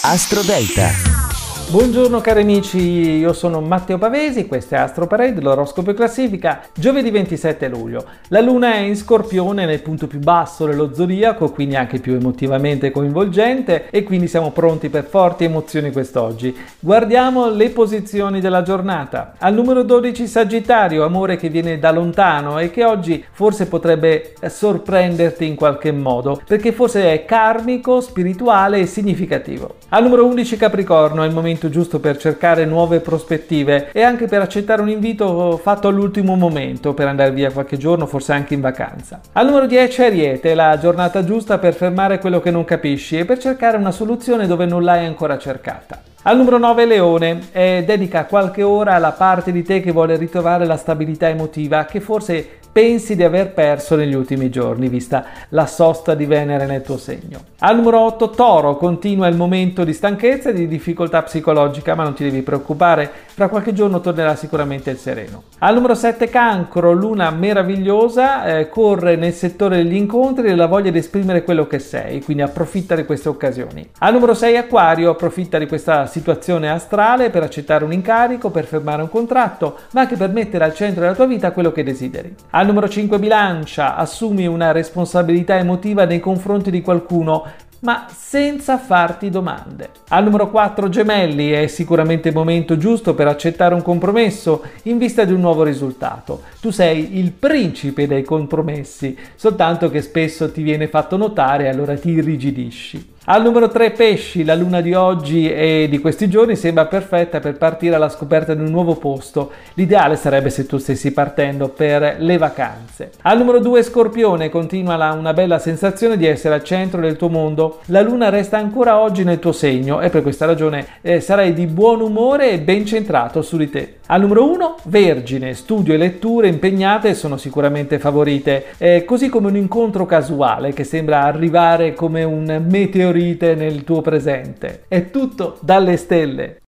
Astro Delta. Buongiorno cari amici, io sono Matteo Pavesi, questo è Astro Parade, l'oroscopo classifica, giovedì 27 luglio. La luna è in Scorpione nel punto più basso dello zodiaco, quindi anche più emotivamente coinvolgente, e quindi siamo pronti per forti emozioni quest'oggi. Guardiamo le posizioni della giornata. Al numero 12 Sagittario, amore che viene da lontano e che oggi forse potrebbe sorprenderti in qualche modo, perché forse è karmico, spirituale e significativo. Al numero 11 Capricorno, è il momento giusto per cercare nuove prospettive e anche per accettare un invito fatto all'ultimo momento per andare via qualche giorno, forse anche in vacanza. Al numero 10 Ariete, la giornata giusta per fermare quello che non capisci e per cercare una soluzione dove non l'hai ancora cercata. Al numero 9 Leone, dedica qualche ora alla parte di te che vuole ritrovare la stabilità emotiva che forse pensi di aver perso negli ultimi giorni, vista la sosta di Venere nel tuo segno. Al numero 8 Toro, continua il momento di stanchezza e di difficoltà psicologica, ma non ti devi preoccupare, fra qualche giorno tornerà sicuramente il sereno. Al numero 7 Cancro, luna meravigliosa, corre nel settore degli incontri e la voglia di esprimere quello che sei, quindi approfitta di queste occasioni. Al numero 6 Acquario, approfitta di questa situazione astrale per accettare un incarico, per fermare un contratto, ma anche per mettere al centro della tua vita quello che desideri. Al numero 5 Bilancia, assumi una responsabilità emotiva nei confronti di qualcuno, ma senza farti domande. Al numero 4 Gemelli, è sicuramente il momento giusto per accettare un compromesso in vista di un nuovo risultato. Tu sei il principe dei compromessi, soltanto che spesso ti viene fatto notare e allora ti irrigidisci. Al numero 3 Pesci, la luna di oggi e di questi giorni sembra perfetta per partire alla scoperta di un nuovo posto. L'ideale sarebbe se tu stessi partendo per le vacanze. Al numero 2 Scorpione, continua una bella sensazione di essere al centro del tuo mondo. La luna resta ancora oggi nel tuo segno e per questa ragione sarai di buon umore e ben centrato su di te. Al numero 1 Vergine, studio e letture impegnate sono sicuramente favorite, così come un incontro casuale che sembra arrivare come un meteorite nel tuo presente. È tutto dalle stelle.